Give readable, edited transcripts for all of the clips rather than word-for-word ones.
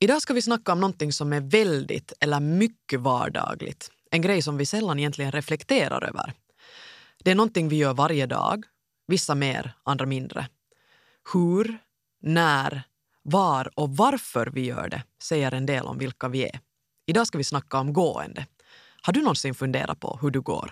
Idag ska vi snacka om någonting som är väldigt eller mycket vardagligt. En grej som vi sällan egentligen reflekterar över. Det är någonting vi gör varje dag, vissa mer, andra mindre. Hur, när, var och varför vi gör det säger en del om vilka vi är. Idag ska vi snacka om gående. Har du någonsin funderat på hur du går?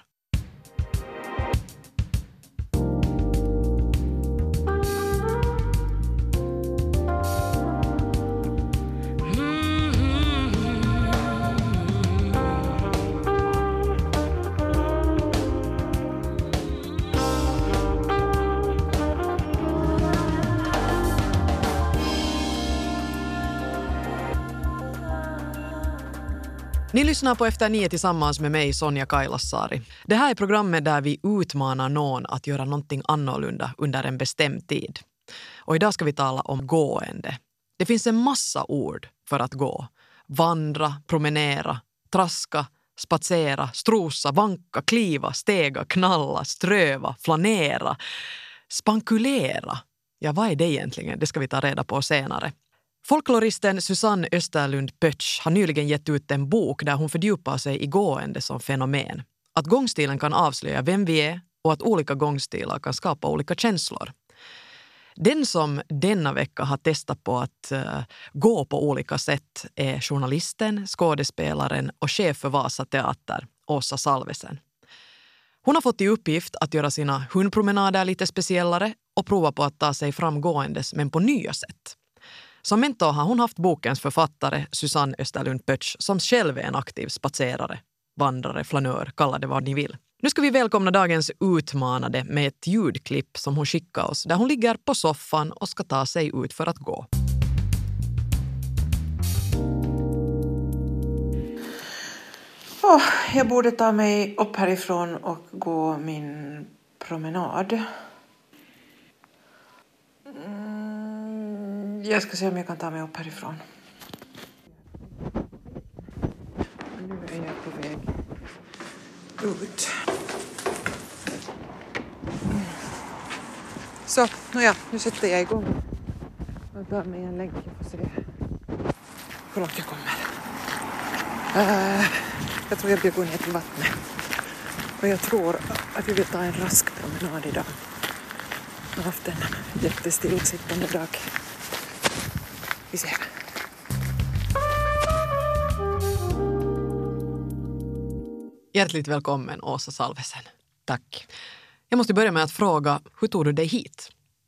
Ni lyssnar på Efter 9 tillsammans med mig, Sonja Kailasari. Det här är programmet där vi utmanar någon att göra någonting annorlunda under en bestämd tid. Och idag ska vi tala om gående. Det finns en massa ord för att gå. Vandra, promenera, traska, spatsera, strosa, vanka, kliva, stega, knalla, ströva, flanera, spankulera. Ja, vad är det egentligen? Det ska vi ta reda på senare. Folkloristen Susanne Österlund Pötsch har nyligen gett ut en bok där hon fördjupar sig i gående som fenomen. Att gångstilen kan avslöja vem vi är och att olika gångstilar kan skapa olika känslor. Den som denna vecka har testat på att gå på olika sätt är journalisten, skådespelaren och chef för Vasa Teater, Åsa Salvesen. Hon har fått i uppgift att göra sina hundpromenader lite speciellare och prova på att ta sig fram gåendes men på nya sätt. Som mentor har hon haft bokens författare Susanne Österlund Pötsch som själv är en aktiv spatserare, vandrare, flanör, kalla det vad ni vill. Nu ska vi välkomna dagens utmanade med ett ljudklipp som hon skickar oss där hon ligger på soffan och ska ta sig ut för att gå. Jag borde ta mig upp härifrån och gå min promenad. Jag ska se om jag kan ta mig upp härifrån. Nu är jag på väg ut. Så, nu sätter jag igång. Jag tar mig en länk, jag får se hur långt jag kommer. Jag tror jag blir gå ner till vattnet. Och jag tror att vi vill ta en rask promenad idag. Jag har haft en jättestillsittande dag. Vi ser. Hjärtligt välkommen Åsa Salvesen. Tack. Jag måste börja med att fråga, hur tog du dig hit?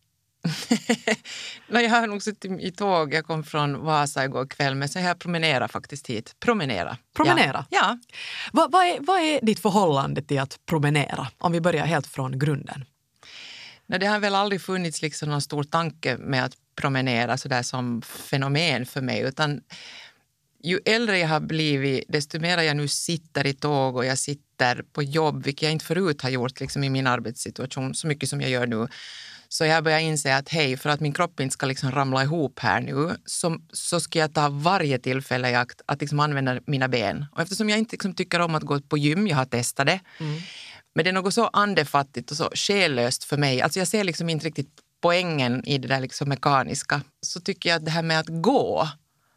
Jag har nog suttit i tåg. Jag kom från Vasa igår kväll, men så jag promenerar faktiskt hit. Promenera? Ja. Vad är ditt förhållande till att promenera? Om vi börjar helt från grunden. Det har väl aldrig funnits liksom någon stor tanke med att promenera så där som fenomen för mig, utan ju äldre jag har blivit, desto mer jag nu sitter i tåg och jag sitter på jobb, vilket jag inte förut har gjort liksom i min arbetssituation så mycket som jag gör nu. Så jag börjar inse att hej, för att min kropp inte ska liksom ramla ihop här nu så ska jag ta varje tillfälle i akt att liksom använda mina ben. Och eftersom jag inte liksom tycker om att gå på gym, jag har testat det, men det är något så andefattigt och så själlöst för mig. Alltså jag ser liksom inte riktigt poängen i det där liksom mekaniska. Så tycker jag att det här med att gå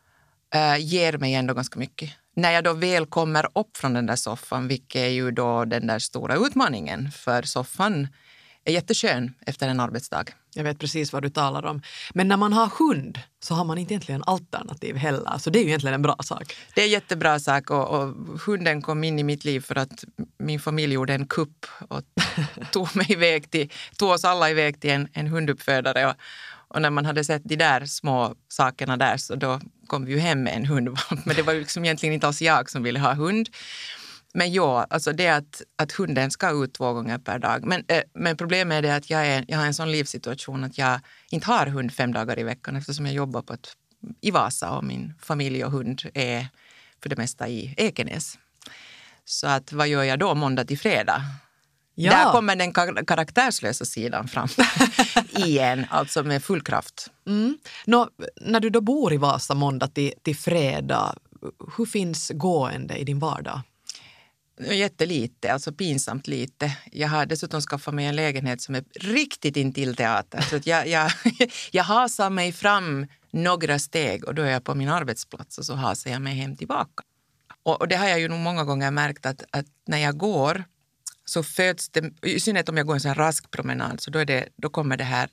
ger mig ändå ganska mycket. När jag då väl kommer upp från den där soffan, vilket är ju då den där stora utmaningen, för soffan är jätteskön efter en arbetsdag. Jag vet precis vad du talar om. Men när man har hund så har man inte egentligen alternativ heller. Så det är ju egentligen en bra sak. Det är en jättebra sak och hunden kom in i mitt liv för att min familj gjorde en kupp och tog oss alla iväg till en hunduppfödare. Och när man hade sett de där små sakerna där så då kom vi ju hem med en hund. Men det var ju liksom egentligen inte alls jag som ville ha hund. Men ja, alltså det är att hunden ska ut 2 gånger per dag. Men problemet är det att jag har en sån livssituation att jag inte har hund 5 dagar i veckan eftersom jag jobbar i Vasa och min familj och hund är för det mesta i Ekenäs. Så att vad gör jag då måndag till fredag? Ja. Där kommer den karaktärslösa sidan fram igen, alltså med full kraft. När du då bor i Vasa måndag till fredag, hur finns gående i din vardag? Jättelite, alltså pinsamt lite. Jag har dessutom skaffat mig en lägenhet som är riktigt intill teater. Så att jag hasar mig fram några steg och då är jag på min arbetsplats och så hasar jag mig hem tillbaka. Och det har jag ju nog många gånger märkt att när jag går så föds det, i synnerhet om jag går en sån här rask promenad, så då kommer det här,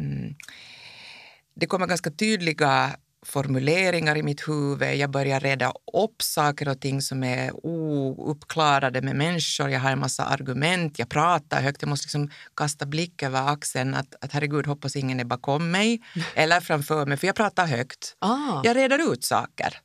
det kommer ganska tydliga formuleringar i mitt huvud. Jag börjar reda upp saker och ting som är ouppklarade med människor. Jag har en massa argument, jag pratar högt. Jag måste liksom kasta blick över axeln att herregud, hoppas ingen är bakom mig eller framför mig, för jag pratar högt. Jag reder ut saker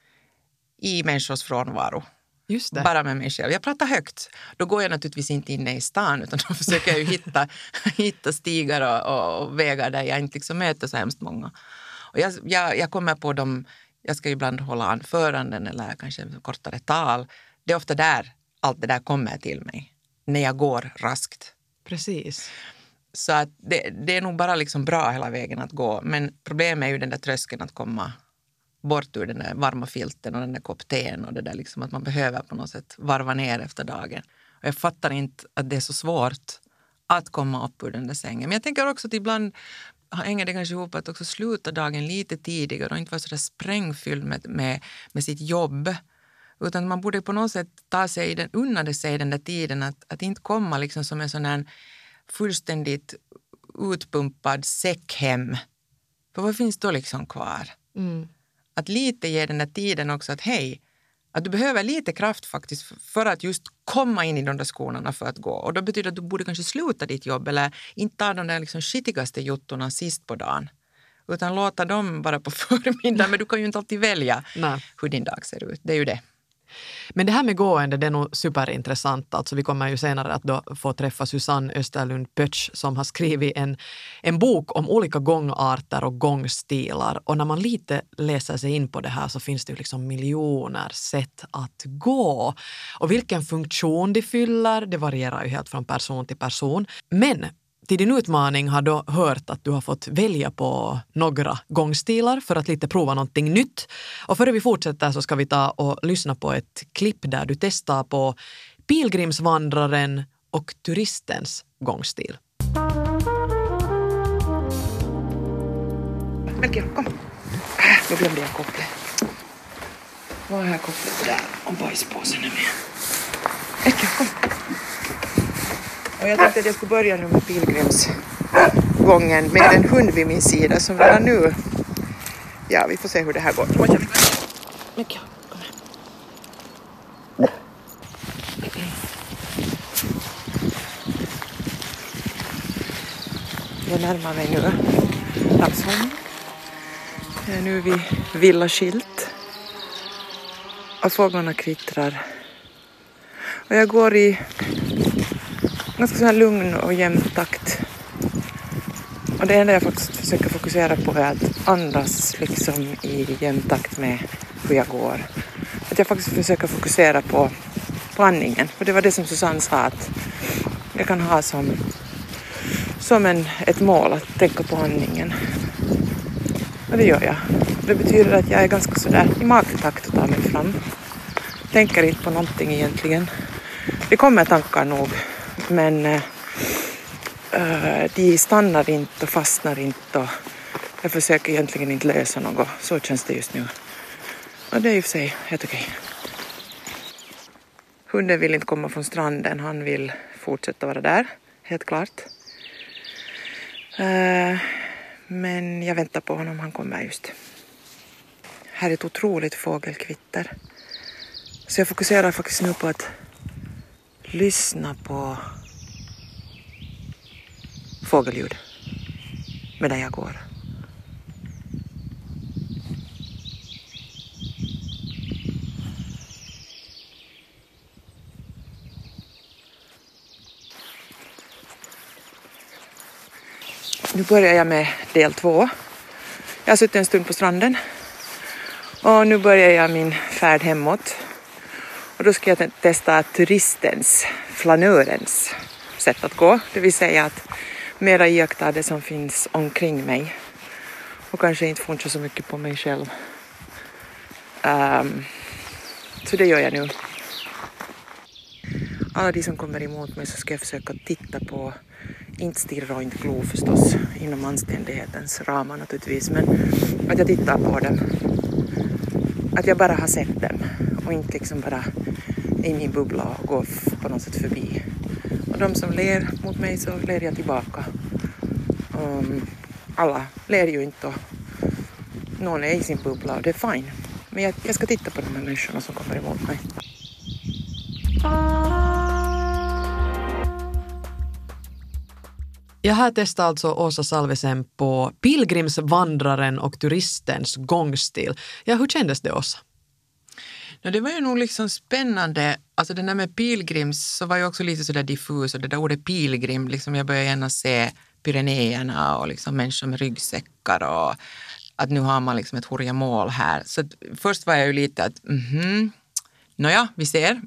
i människors frånvaro. Just det. Bara med mig själv. Jag pratar högt. Då går jag naturligtvis inte inne i stan, utan då försöker jag ju hitta stigar och vägar där jag inte liksom möter så hemskt många. Och jag kommer på dem, jag ska ibland hålla anföranden eller kanske kortare tal. Det är ofta där allt det där kommer till mig. När jag går raskt. Precis. Så att det är nog bara liksom bra hela vägen att gå. Men problemet är ju den där tröskeln att komma bort ur den där varma filten och den där kopp teen och det där liksom att man behöver på något sätt varva ner efter dagen. Och jag fattar inte att det är så svårt att komma upp ur den där sängen. Men jag tänker också att ibland hänger det kanske ihop att också sluta dagen lite tidigare och inte vara så där sprängfylld med sitt jobb. Utan man borde på något sätt unna sig den där tiden att inte komma liksom som en sån här fullständigt utpumpad säck hem. För vad finns då liksom kvar? Mm. Att lite ge den där tiden också att hej, att du behöver lite kraft faktiskt för att just komma in i de där skorna för att gå. Och då betyder det att du borde kanske sluta ditt jobb eller inte ta de där liksom skitigaste juttorna sist på dagen. Utan låta dem bara på förmiddagen. Men du kan ju inte alltid välja hur din dag ser ut. Det är ju det. Men det här med gående, det är nog superintressant. Alltså vi kommer ju senare att då få träffa Susanne Österlund-Pötsch som har skrivit en bok om olika gångarter och gångstilar. Och när man lite läser sig in på det här så finns det ju liksom miljoner sätt att gå. Och vilken funktion de fyller, det varierar ju helt från person till person. Men till din utmaning har du hört att du har fått välja på några gångstilar för att lite prova någonting nytt. Och före vi fortsätter så ska vi ta och lyssna på ett klipp där du testar på pilgrimsvandraren och turistens gångstil. Melker, kom. Nu glömde jag kopplet. Var är kopplet? Där. Och bajspåsen är med. Melker, kom. Och jag tänkte att jag skulle börja nu med pilgrimsgången med en hund vid min sida som redan nu, ja vi får se hur det här går. Mycket, kom här. Jag närmar mig nu Lappsholm. Jag är nu vid Villa Skilt och fåglarna kvittrar. Och jag går i ganska så här lugn och jämn takt. Och det enda jag faktiskt försöker fokusera på är att andas liksom i jämn takt med hur jag går. Att jag faktiskt försöker fokusera på andningen. För det var det som Susanne sa att jag kan ha som ett mål att tänka på andningen. Och det gör jag. Det betyder att jag är ganska sådär i magtakt och tar mig fram. Tänker inte på någonting egentligen. Det kommer tankar nog. Men de stannar inte och fastnar inte och jag försöker egentligen inte lösa något. Så känns det just nu. Och det är ju för sig helt okej. Hunden vill inte komma från stranden. Han vill fortsätta vara där. Helt klart. Men jag väntar på honom. Han kommer just. Här är ett otroligt fågelkvitter. Så jag fokuserar faktiskt nu på att lyssna på fågelljud medan jag går. Nu börjar jag med del 2. Jag har suttit en stund på stranden och nu börjar jag min färd hemåt. Och då ska jag testa turistens, flanörens sätt att gå. Det vill säga att mera iaktta det som finns omkring mig. Och kanske inte funka så mycket på mig själv. Så det gör jag nu. Alla de som kommer emot mig så ska jag försöka titta på inte stirra och inte glo förstås inom anständighetens ramar naturligtvis, men att jag tittar på dem. Att jag bara har sett dem och inte liksom bara i min bubbla och går på något sätt förbi. Och de som ler mot mig så ler jag tillbaka. Alla ler ju inte och någon är i sin bubbla och det är fine. Men jag ska titta på de här människorna som kommer emot mig. Jag här testar alltså Åsa Salvesen på pilgrimsvandraren och turistens gångstil. Ja, hur kändes det, Åsa? Det var ju nog liksom spännande. Alltså den där med pilgrims så var ju också lite sådär diffus och det där ordet pilgrim, liksom jag började gärna se Pyrenéerna och liksom människor med ryggsäckar och att nu har man liksom ett horjamål här. Så först var jag ju lite att nåja, vi ser.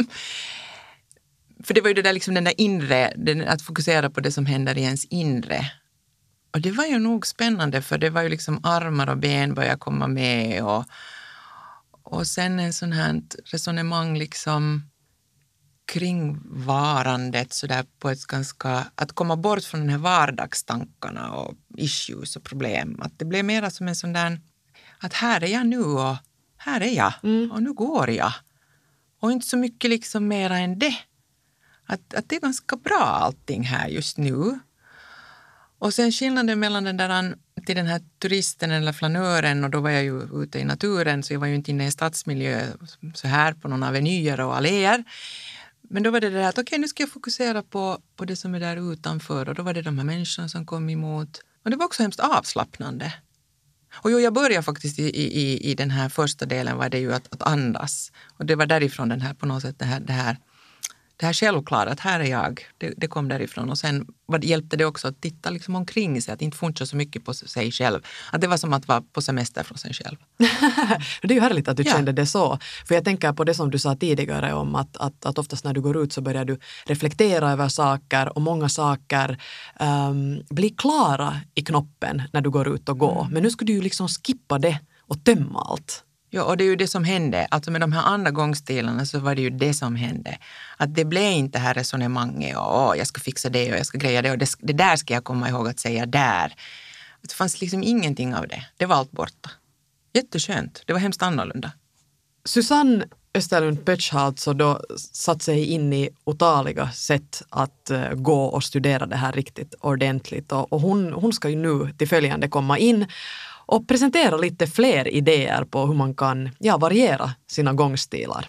För det var ju det där liksom den där inre, att fokusera på det som händer i ens inre. Och det var ju nog spännande för det var ju liksom armar och ben började komma med och sen en sån här resonemang liksom kring varandet så där på ett ganska, att komma bort från den här vardagstankarna och issues och problem. Att det blev mera som en sån där, att här är jag nu och här är jag och nu går jag. Och inte så mycket liksom mera än det. Att det är ganska bra allting här just nu. Och sen skillnaden mellan den där till den här turisten eller flanören och då var jag ju ute i naturen så jag var ju inte inne i en stadsmiljö så här på någon avenyer och alléer. Men då var det där att okej, nu ska jag fokusera på det som är där utanför och då var det de här människorna som kom emot. Och det var också hemskt avslappnande. Och jag började faktiskt i den här första delen var det ju att andas. Och det var därifrån den här på något sätt det här självklara, att här är jag, det kom därifrån. Och sen hjälpte det också att titta liksom omkring sig, att inte funka så mycket på sig själv. Att det var som att vara på semester från sig själv. Det är ju härligt att du kände det så. För jag tänker på det som du sa tidigare om att oftast när du går ut så börjar du reflektera över saker och många saker blir klara i knoppen när du går ut och går. Men nu ska du ju liksom skippa det och tömma allt. Ja, och det är ju det som hände. Alltså med de här andra gångstilarna så var det ju det som hände. Att det blev inte det här resonemanget och jag ska fixa det och jag ska greja det och det där ska jag komma ihåg att säga där. Det fanns liksom ingenting av det. Det var allt borta. Jätteskönt. Det var hemskt annorlunda. Susanne Österlund Pötsch har alltså då satt sig in i otaliga sätt att gå och studera det här riktigt ordentligt. Och hon ska ju nu till följande komma in och presentera lite fler idéer på hur man kan variera sina gångstilar.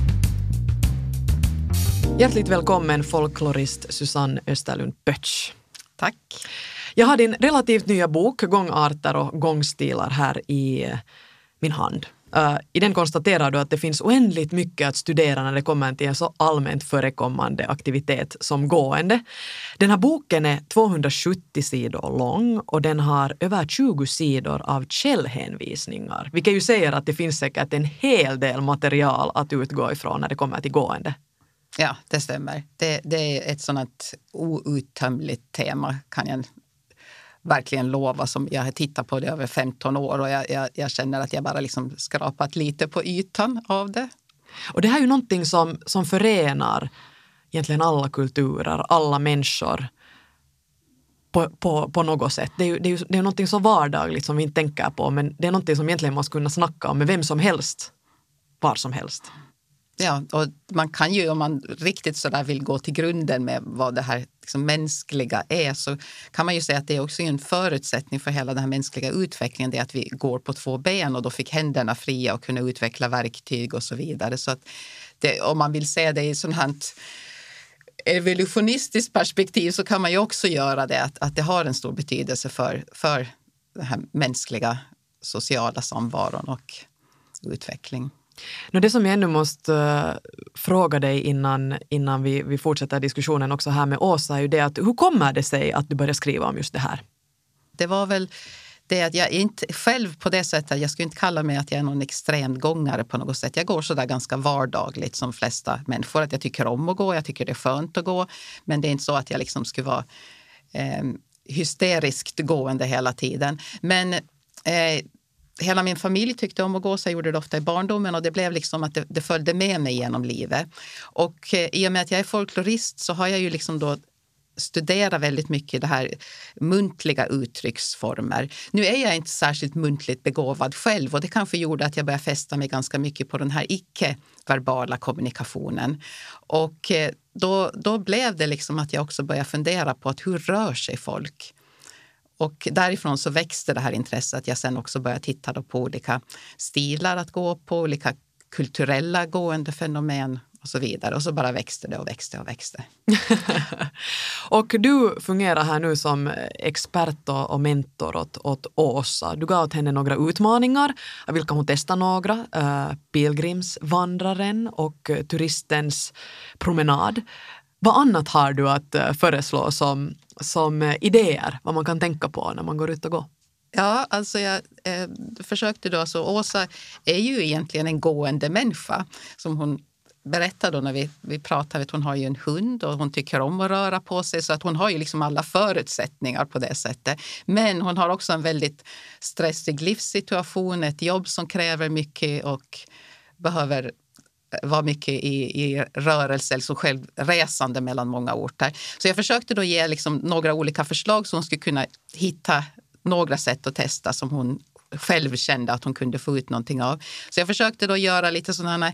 Hjärtligt välkommen folklorist Susanne Österlund Pötsch. Tack. Jag har din relativt nya bok Gångarter och gångstilar här i min hand. I den konstaterar du att det finns oändligt mycket att studera när det kommer till en så allmänt förekommande aktivitet som gående. Den här boken är 270 sidor lång och den har över 20 sidor av källhänvisningar, vilket ju säger att det finns säkert en hel del material att utgå ifrån när det kommer till gående. Ja, det stämmer. Det är ett sådant outtömligt tema kan jag verkligen lova, som jag har tittat på det över 15 år och jag känner att jag bara liksom skrapat lite på ytan av det. Och det här är ju någonting som förenar egentligen alla kulturer, alla människor på något sätt. Det är ju någonting så vardagligt som vi inte tänker på, men det är någonting som egentligen måste kunna snacka om med vem som helst, var som helst. Ja, och man kan ju, om man riktigt så där vill gå till grunden med vad det här liksom mänskliga är, så kan man ju säga att det är också en förutsättning för hela den här mänskliga utvecklingen, det är att vi går på 2 ben och då fick händerna fria och kunna utveckla verktyg och så vidare. Så att det, om man vill se det i sånt här evolutionistiskt perspektiv så kan man ju också göra det, att det har en stor betydelse för den här mänskliga sociala samvaron och utveckling. Det som jag ännu måste fråga dig innan vi fortsätter diskussionen också här med Åsa är ju det att hur kommer det sig att du började skriva om just det här? Det var väl det att jag inte själv på det sättet, jag skulle inte kalla mig att jag är någon extrem gångare på något sätt. Jag går så där ganska vardagligt som flesta människor, att jag tycker om att gå, jag tycker det är skönt att gå, men det är inte så att jag liksom skulle vara hysteriskt gående hela tiden. Men hela min familj tyckte om att gå, så jag gjorde det ofta i barndomen och det blev liksom att det följde med mig genom livet. Och i och med att jag är folklorist så har jag ju liksom då studera väldigt mycket det här muntliga uttrycksformer. Nu är jag inte särskilt muntligt begåvad själv och det kanske gjorde att jag började fästa mig ganska mycket på den här icke-verbala kommunikationen. Och då blev det liksom att jag också började fundera på att hur rör sig folk? Och därifrån så växte det här intresset att jag sen också började titta på olika stilar att gå på, olika kulturella gående fenomen och så vidare. Och så bara växte det och växte och växte. Och du fungerar här nu som expert och mentor åt Åsa. Du gav åt henne några utmaningar, av vilka hon testade några. Pilgrimsvandraren och turistens promenad. Vad annat har du att föreslå som idéer, vad man kan tänka på när man går ut och går? Ja, alltså jag försökte då, alltså Åsa är ju egentligen en gående människa som hon berättade då när vi pratade. Hon har ju en hund och hon tycker om att röra på sig så att hon har ju liksom alla förutsättningar på det sättet. Men hon har också en väldigt stressig livssituation, ett jobb som kräver mycket och behöver vara mycket i rörelse, alltså själv resande mellan många orter. Så jag försökte då ge liksom några olika förslag så hon skulle kunna hitta några sätt att testa som hon själv kände att hon kunde få ut någonting av. Så jag försökte då göra lite sådana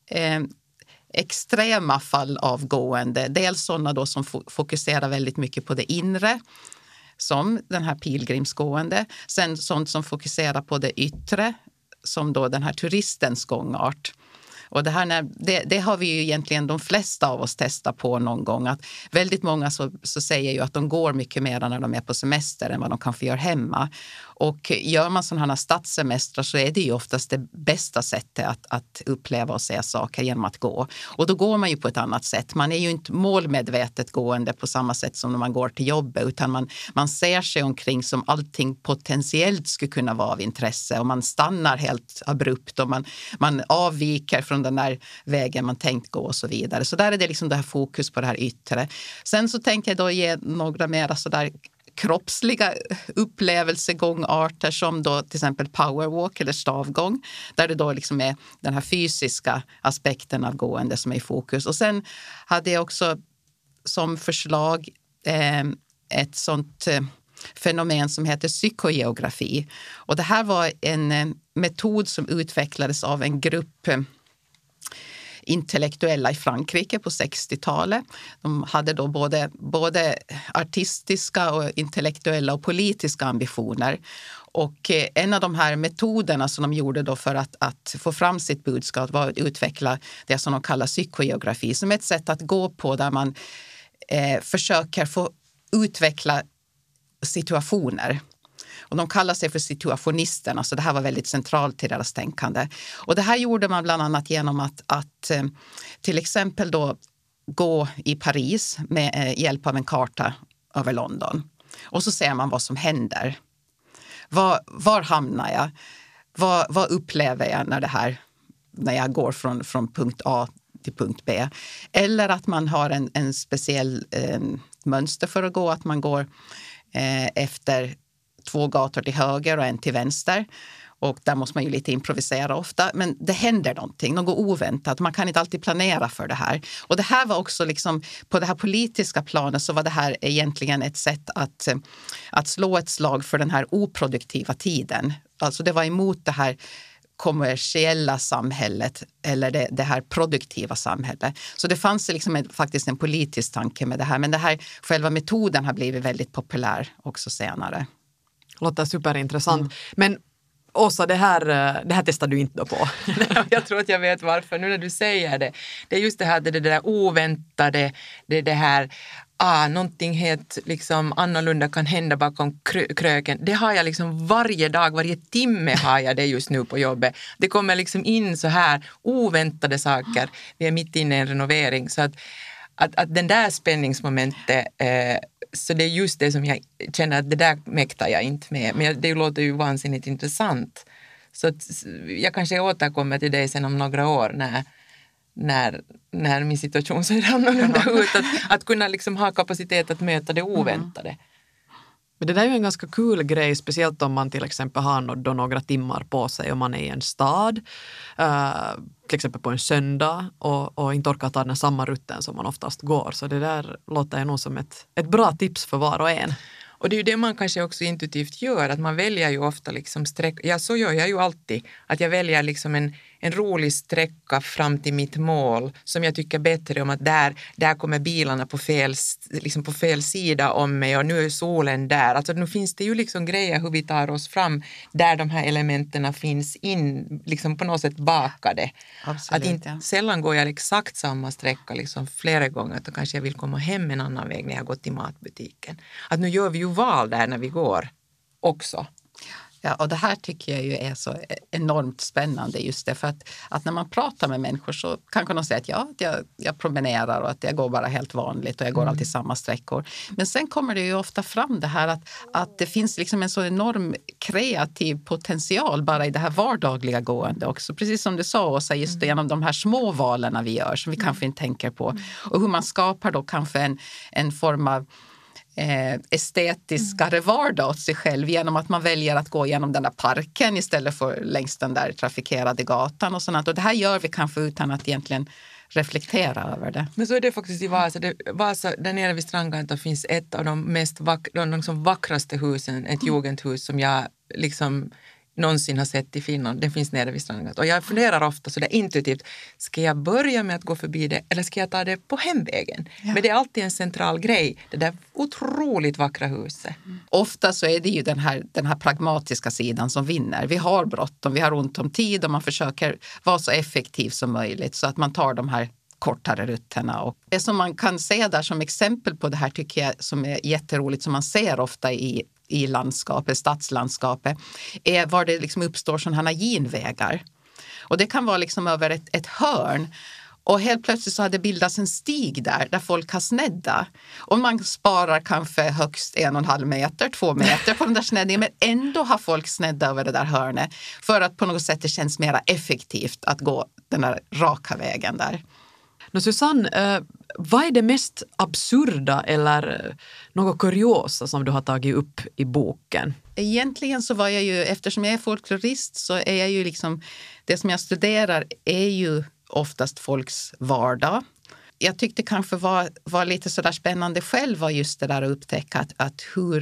extrema fall av gående. Dels sådana då som fokuserar väldigt mycket på det inre, som den här pilgrimsgående. Sen sånt som fokuserar på det yttre, som då den här turistens gångart. Och det här det har vi ju egentligen de flesta av oss testat på någon gång. Att väldigt många så säger ju att de går mycket mer när de är på semester än vad de kanske gör hemma. Och gör man sådana här stadssemestrar så är det ju oftast det bästa sättet att uppleva och se saker genom att gå. Och då går man ju på ett annat sätt. Man är ju inte målmedvetet gående på samma sätt som när man går till jobbet, utan man ser sig omkring som allting potentiellt skulle kunna vara av intresse och man stannar helt abrupt och man avviker från den där vägen man tänkt gå och så vidare. Så där är det liksom det här fokus på det här yttre. Sen så tänker jag då ge några mera sådär kroppsliga upplevelsegångarter som då till exempel powerwalk eller stavgång, där det då liksom är den här fysiska aspekten av gående som är i fokus. Och sen hade jag också som förslag ett sånt fenomen som heter psykogeografi. Och det här var en metod som utvecklades av en grupp intellektuella i Frankrike på 60-talet. De hade då både artistiska och intellektuella och politiska ambitioner. Och en av de här metoderna som de gjorde då för att få fram sitt budskap var att utveckla det som de kallar psykogeografi, som är ett sätt att gå på där man försöker få utveckla situationer. Och de kallar sig för situationisterna, så det här var väldigt centralt till deras tänkande. Och det här gjorde man bland annat genom att till exempel då gå i Paris med hjälp av en karta över London. Och så ser man vad som händer. Var hamnar jag? Vad upplever jag när jag går från punkt A till punkt B? Eller att man har en speciell mönster för att gå, att man går efter 2 gator till höger och en till vänster. Och där måste man ju lite improvisera ofta. Men det händer någonting, något oväntat. Man kan inte alltid planera för det här. Och det här var också liksom, på det här politiska planet så var det här egentligen ett sätt att slå ett slag för den här oproduktiva tiden. Alltså det var emot det här kommersiella samhället eller det här produktiva samhället. Så det fanns liksom faktiskt en politisk tanke med det här. Men det här, själva metoden har blivit väldigt populär också senare. Låter superintressant. Men Åsa, det här testar du inte på. Jag tror att jag vet varför. Nu när du säger det. Det är just det här, det där oväntade, det här någonting helt liksom annorlunda kan hända bakom kröken. Det har jag liksom varje dag, varje timme har jag det just nu på jobbet. Det kommer liksom in så här oväntade saker. Vi är mitt inne i en renovering, så att den där spänningsmomentet, så det är just det som jag känner att det där mäktar jag inte med. Men det låter ju vansinnigt intressant. Så att jag kanske återkommer till dig sen om några år när min situation ser annorlunda ut. Att kunna liksom ha kapacitet att möta det oväntade. Men det där är ju en ganska kul grej, speciellt om man till exempel har några timmar på sig och man är i en stad, till exempel på en söndag och inte orkar ta den samma rutten som man oftast går. Så det där låter nog som ett bra tips för var och en. Och det är ju det man kanske också intuitivt gör, att man väljer ju ofta liksom ja, så gör jag ju alltid, att jag väljer liksom en rolig sträcka fram till mitt mål som jag tycker bättre om, att där kommer bilarna på fel sida om mig och nu är solen där. Alltså nu finns det ju liksom grejer hur vi tar oss fram där de här elementen finns in, liksom på något sätt bakade. Absolut, att inte, sällan går jag exakt samma sträcka liksom flera gånger, utan kanske jag vill komma hem en annan väg när jag går till matbutiken. Att nu gör vi ju val där när vi går också. Ja, och det här tycker jag ju är så enormt spännande, just det, för att när man pratar med människor så kanske de säga att jag promenerar och att jag går bara helt vanligt och jag går alltid samma sträckor. Men sen kommer det ju ofta fram det här att det finns liksom en så enorm kreativ potential bara i det här vardagliga gående också. Precis som du sa, Åsa, just genom de här små valen vi gör som vi kanske inte tänker på. Och hur man skapar då kanske en form av estetiskare vardag åt sig själv genom att man väljer att gå genom den där parken istället för längs den där trafikerade gatan och sånt. Och det här gör vi kanske utan att egentligen reflektera över det. Men så är det faktiskt i Vasa. Vasa, där nere vid Strandgatan finns ett av de de vackraste husen, ett jugendhus som jag liksom någonsin har sett i Finland. Den finns nere vid Strandgatan. Och jag funderar ofta så där intuitivt, ska jag börja med att gå förbi det eller ska jag ta det på hemvägen? Ja. Men det är alltid en central grej, det där otroligt vackra huset. Ofta så är det ju den här pragmatiska sidan som vinner. Vi har bråttom, vi har ont om tid och man försöker vara så effektiv som möjligt så att man tar de här kortare rutterna. Och det som man kan se där som exempel på det här tycker jag som är jätteroligt, som man ser ofta i landskapet, stadslandskapet, är var det liksom uppstår sådana här genvägar. Och det kan vara liksom över ett hörn. Och helt plötsligt så har det bildats en stig där folk har snedda. Och man sparar kanske högst 1,5 meter, 2 meter på den där snedningen. Men ändå har folk snedda över det där hörnet. För att på något sätt det känns mer effektivt att gå den där raka vägen där. Susanne, vad är det mest absurda eller något kuriosa som du har tagit upp i boken? Egentligen så var jag ju, eftersom jag är folklorist så är jag ju liksom, det som jag studerar är ju oftast folks vardag. Jag tyckte kanske var lite sådär spännande själv var just det där att upptäcka att hur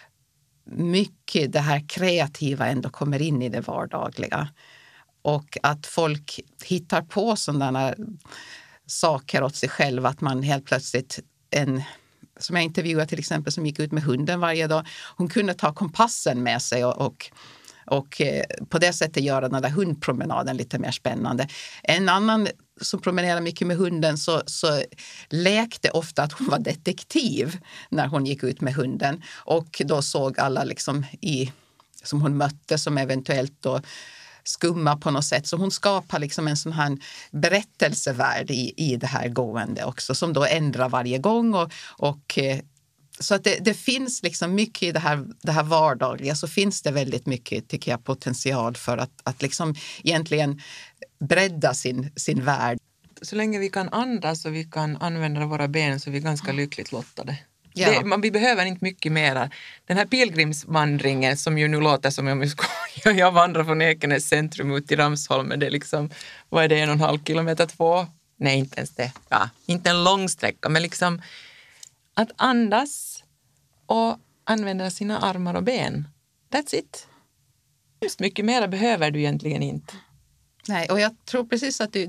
mycket det här kreativa ändå kommer in i det vardagliga. Och att folk hittar på sådana saker åt sig själv, att man helt plötsligt, som jag intervjuade till exempel som gick ut med hunden varje dag, hon kunde ta kompassen med sig och på det sättet göra den där hundpromenaden lite mer spännande. En annan som promenerar mycket med hunden så lekte ofta att hon var detektiv när hon gick ut med hunden och då såg alla liksom som hon mötte som eventuellt då skumma på något sätt. Så hon skapar liksom en sån här berättelsevärld i det här gående också som då ändrar varje gång och så att det finns liksom mycket i det här vardagliga, så finns det väldigt mycket tycker jag potential för att liksom egentligen bredda sin värld. Så länge vi kan andas och vi kan använda våra ben så är vi ganska lyckligt lottade. Ja. Vi behöver inte mycket mera. Den här pilgrimsvandringen som ju nu låter som om jag vandrar från Ekenäs centrum ut till Ramsholmen. Det är liksom, vad är det, 1,5 kilometer, 2? Nej, inte ens det. Ja, inte en lång sträcka, men liksom att andas och använda sina armar och ben. That's it. Just mycket mera behöver du egentligen inte. Nej, och jag tror precis att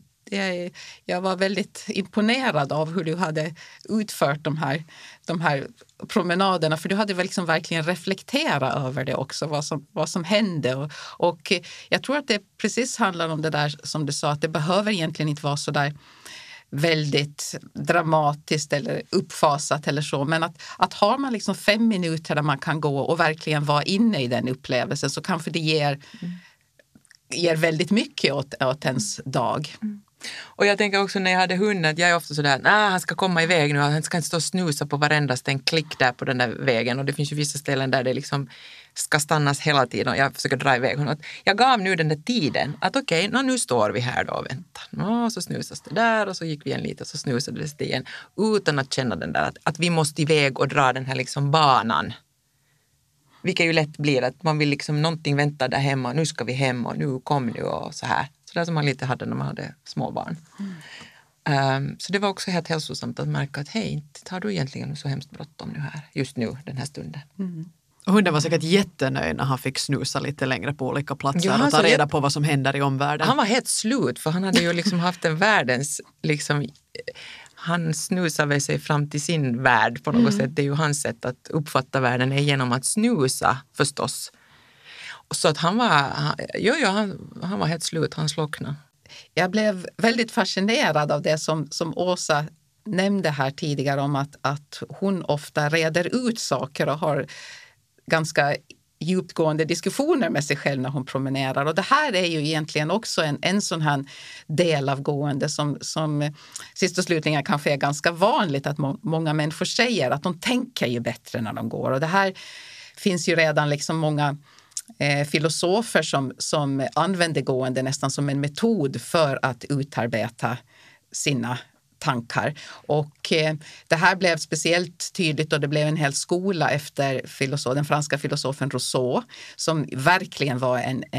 jag var väldigt imponerad av hur du hade utfört de här promenaderna. För du hade väl liksom verkligen reflekterat över det också, vad som hände. Och jag tror att det precis handlar om det där som du sa, att det behöver egentligen inte vara så där väldigt dramatiskt eller uppfasat eller så. Men att har man liksom 5 minuter där man kan gå och verkligen vara inne i den upplevelsen så kanske det ger väldigt mycket åt ens dag. Och jag tänker också när jag hade hunden att jag är ofta sådär, han ska komma iväg nu, han ska inte stå och snusa på varenda en klick där på den där vägen. Och det finns ju vissa ställen där det liksom ska stannas hela tiden och jag försöker dra iväg honom. Jag gav nu den där tiden att okej, nu står vi här då och väntar. Så snusas det där och så gick vi en lite och så snusades det igen utan att känna den där att vi måste iväg och dra den här liksom banan. Vilket ju lätt blir att man vill liksom någonting vänta där hemma. Nu ska vi hem och nu kom nu och så här. Så där som man lite hade när man hade små barn. Så det var också helt hälsosamt att märka att hej, inte har du egentligen så hemskt bråttom nu här, just nu, den här stunden. Och hunden var säkert jättenöjd när han fick snusa lite längre på olika platser Ja, och ta reda på vad som händer i omvärlden. Han var helt slut för han hade ju liksom haft en världens, liksom, han snusade sig fram till sin värld på något sätt. Det är ju hans sätt att uppfatta världen är genom att snusa förstås. Och så att han var helt slut, han slocknade. Jag blev väldigt fascinerad av det som Åsa nämnde här tidigare om att hon ofta reder ut saker och har ganska djupgående diskussioner med sig själv när hon promenerar. Och det här är ju egentligen också en sån här del av gående som sist och slutligen kanske är ganska vanligt att många människor säger att de tänker ju bättre när de går. Och det här finns ju redan liksom många filosofer som använder gående nästan som en metod för att utarbeta sina tankar. Och det här blev speciellt tydligt och det blev en hel skola efter den franska filosofen Rousseau som verkligen var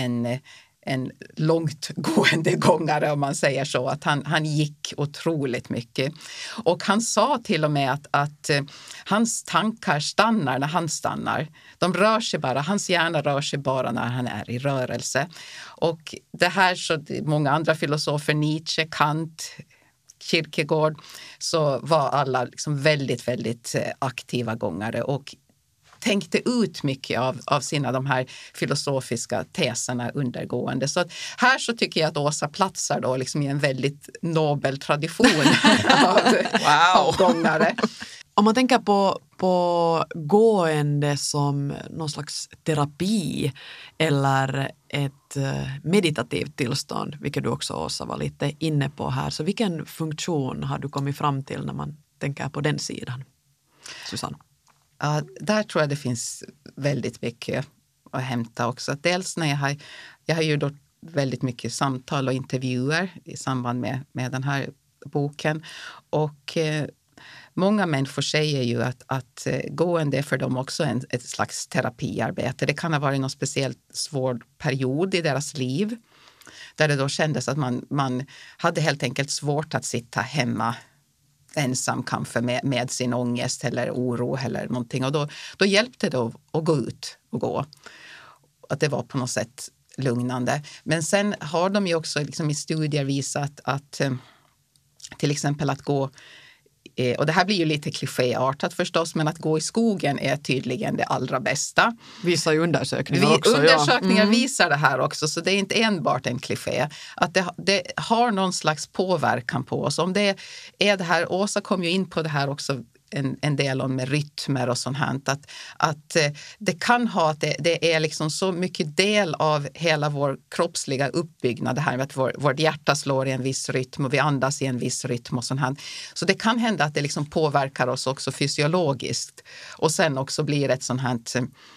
en långtgående gångare om man säger så. Att han gick otroligt mycket. Och han sa till och med att hans tankar stannar när han stannar. De rör sig bara, hans hjärna rör sig bara när han är i rörelse. Och det här så många andra filosofer, Nietzsche, Kant, Kierkegaard, så var alla liksom väldigt, väldigt aktiva gångare och tänkte ut mycket av sina de här filosofiska teserna undergående. Så att här så tycker jag att Åsa platsar då liksom i en väldigt nobel tradition av gångare. Om man tänker på gående som någon slags terapi eller ett meditativt tillstånd, vilket du också, Åsa, var lite inne på här. Så vilken funktion har du kommit fram till när man tänker på den sidan? Susanne? Ja, där tror jag det finns väldigt mycket att hämta också. Dels när jag har ju då väldigt mycket samtal och intervjuer i samband med den här boken. Och många människor säger ju att gående är för dem också ett slags terapiarbete. Det kan ha varit någon speciellt svår period i deras liv där det då kändes att man hade helt enkelt svårt att sitta hemma ensam kanske med sin ångest eller oro eller någonting. Och då hjälpte det att gå ut och gå. Att det var på något sätt lugnande. Men sen har de ju också liksom i studier visat att till exempel att gå, och det här blir ju lite klichéartat förstås, men att gå i skogen är tydligen det allra bästa. Visar ju undersökningar också. Undersökningar visar det här också, så det är inte enbart en kliché. Att det har någon slags påverkan på oss. Om det är det här, Åsa kom ju in på det här också en del om med rytmer och sånt här. Att det kan ha att det är liksom så mycket del av hela vår kroppsliga uppbyggnad. Det här med att vårt hjärta slår i en viss rytm och vi andas i en viss rytm och sånt här. Så det kan hända att det liksom påverkar oss också fysiologiskt. Och sen också blir ett sånt här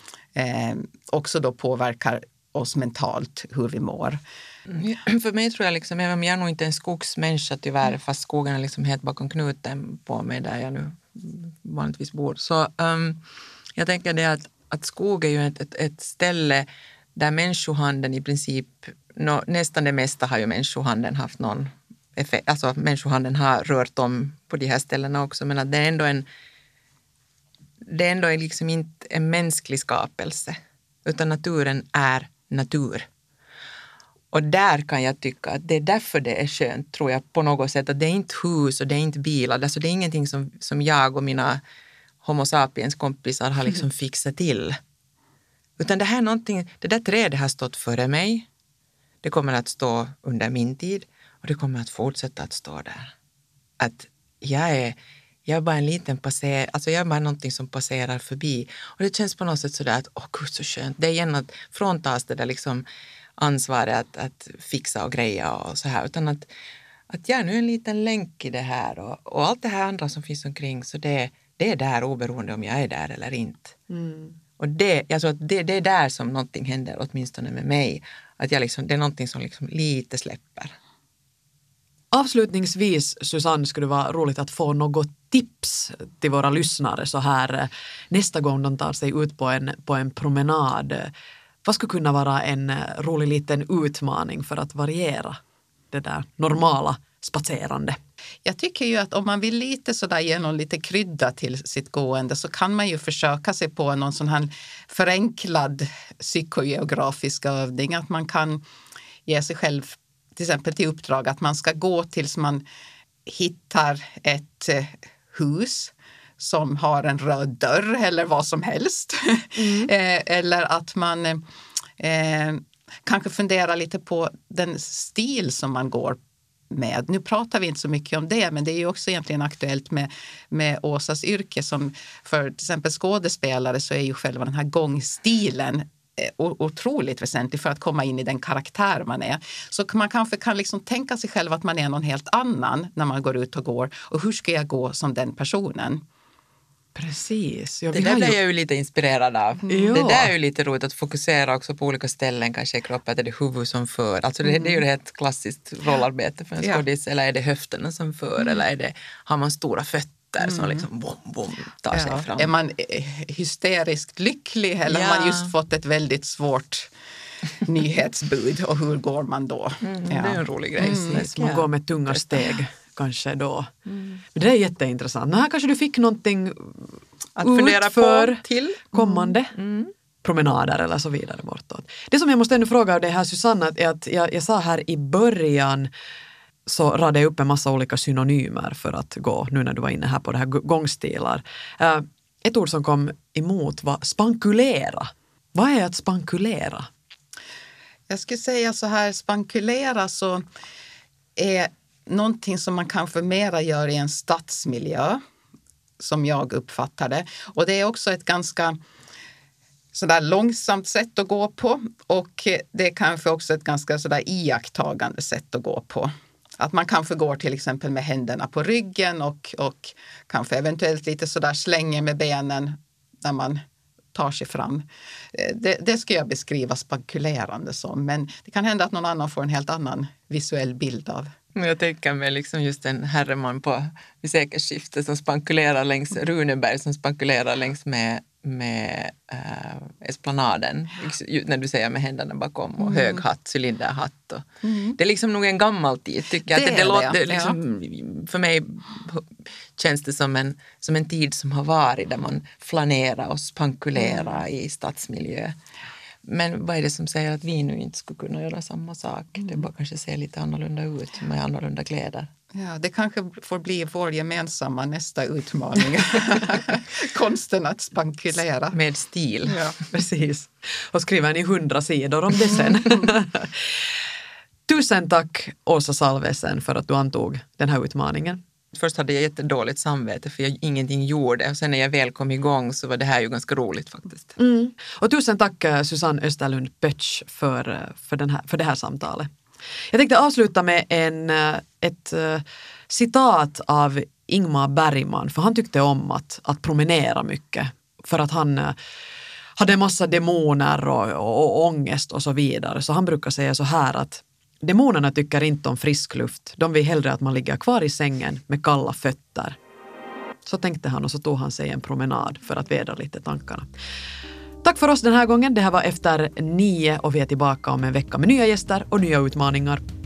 också då påverkar oss mentalt hur vi mår. För mig tror jag liksom, jag är nog inte en skogsmänniska tyvärr, fast skogen är liksom helt bakom knuten på mig där jag nu vanligtvis bor. Så jag tänker det att skog är ju ett ställe där människohanden i princip, nästan det mesta har ju människohanden haft någon effekt, alltså människohanden har rört om på de här ställena också, men att det är ändå liksom inte en mänsklig skapelse, utan naturen är natur. Och där kan jag tycka att det är därför det är skönt, tror jag, på något sätt. Att det är inte hus och det är inte bilar. Alltså det är ingenting som jag och mina homo sapiens kompisar har liksom fixat till. Utan det här är någonting, det där trädet har stått före mig. Det kommer att stå under min tid och det kommer att fortsätta att stå där. Att jag är bara en liten jag är bara någonting som passerar förbi. Och det känns på något sätt sådär att, gud så skönt. Det är igen att fråntas det där liksom ansvaret att fixa och greja och så här, utan att jag är nu en liten länk i det här och allt det här andra som finns omkring, så det är där oberoende om jag är där eller inte. Och jag tror att det är där som någonting händer, åtminstone med mig, att jag liksom, det är någonting som liksom lite släpper. Avslutningsvis, Susanne, skulle det vara roligt att få något tips till våra lyssnare så här nästa gång de tar sig ut på en promenad. Vad skulle kunna vara en rolig liten utmaning för att variera det där normala spatserande? Jag tycker ju att om man vill lite sådär ge någon lite krydda till sitt gående så kan man ju försöka sig på någon sån här förenklad psykogeografisk övning. Att man kan ge sig själv till exempel till uppdrag att man ska gå tills man hittar ett hus som har en röd dörr eller vad som helst. Eller att man kanske funderar lite på den stil som man går med. Nu pratar vi inte så mycket om det, men det är ju också egentligen aktuellt med Åsas yrke. Som för till exempel skådespelare så är ju själva den här gångstilen otroligt väsentlig för att komma in i den karaktär man är. Så man kanske kan liksom tänka sig själv att man är någon helt annan när man går ut och går. Och hur ska jag gå som den personen? Precis. Det där blir jag ju lite inspirerad av. Ja. Det där är ju lite roligt att fokusera också på olika ställen kanske i kroppen. Att är det huvud som för? Alltså det är ju ett klassiskt rollarbete för en skådis. Eller är det höfterna som för? Eller har man stora fötter som liksom bom, tar sig fram? Är man hysteriskt lycklig eller har man just fått ett väldigt svårt nyhetsbud och hur går man då? Det är en rolig grej. Man går med tunga steg kanske då. Men det är jätteintressant. Här kanske du fick någonting att fundera på till kommande promenader eller så vidare bortåt. Det som jag måste ändå fråga av dig här, Susanna, är att jag sa här i början så radade jag upp en massa olika synonymer för att gå, nu när du var inne här på det här gångstilar. Ett ord som kom emot var spankulera. Vad är att spankulera? Jag skulle säga så här, spankulera så är någonting som man kanske mera gör i en stadsmiljö, som jag uppfattar det. Och det är också ett ganska sådär långsamt sätt att gå på. Och det är kanske också ett ganska sådär iakttagande sätt att gå på. Att man kanske går till exempel med händerna på ryggen och kanske eventuellt lite sådär slänger med benen när man tar sig fram. Det ska jag beskriva spankulerande som. Men det kan hända att någon annan får en helt annan visuell bild av. Jag tänker mig liksom just en herreman vid sekelskiftet som spankulerar längs Runeberg, som spankulerar längs med esplanaden. När du säger med händerna bakom och hög hatt, cylinderhatt. Det är liksom nog en gammal tid tycker jag. Det låter liksom, för mig känns det som en tid som har varit där man flanerar och spankulerar i stadsmiljö. Men vad är det som säger att vi nu inte skulle kunna göra samma sak? Det bara kanske ser lite annorlunda ut med annorlunda kläder. Ja, det kanske får bli vår gemensamma nästa utmaning. Konsten att spankulera. Med stil. Ja, precis. Och skriva i 100 sidor om det sen. Tusen tack Åsa Salvesen för att du antog den här utmaningen. Först hade jag jättedåligt samvete för jag ingenting gjorde. Och sen när jag väl kom igång så var det här ju ganska roligt faktiskt. Och tusen tack Susanne Österlund-Pötsch för det här samtalet. Jag tänkte avsluta med ett citat av Ingmar Bergman. För han tyckte om att promenera mycket. För att han hade en massa demoner och ångest och så vidare. Så han brukar säga så här att demonerna tycker inte om frisk luft. De vill hellre att man ligger kvar i sängen med kalla fötter. Så tänkte han och så tog han sig en promenad för att vädra lite tankarna. Tack för oss den här gången. Det här var Efter 9 och vi är tillbaka om en vecka med nya gäster och nya utmaningar.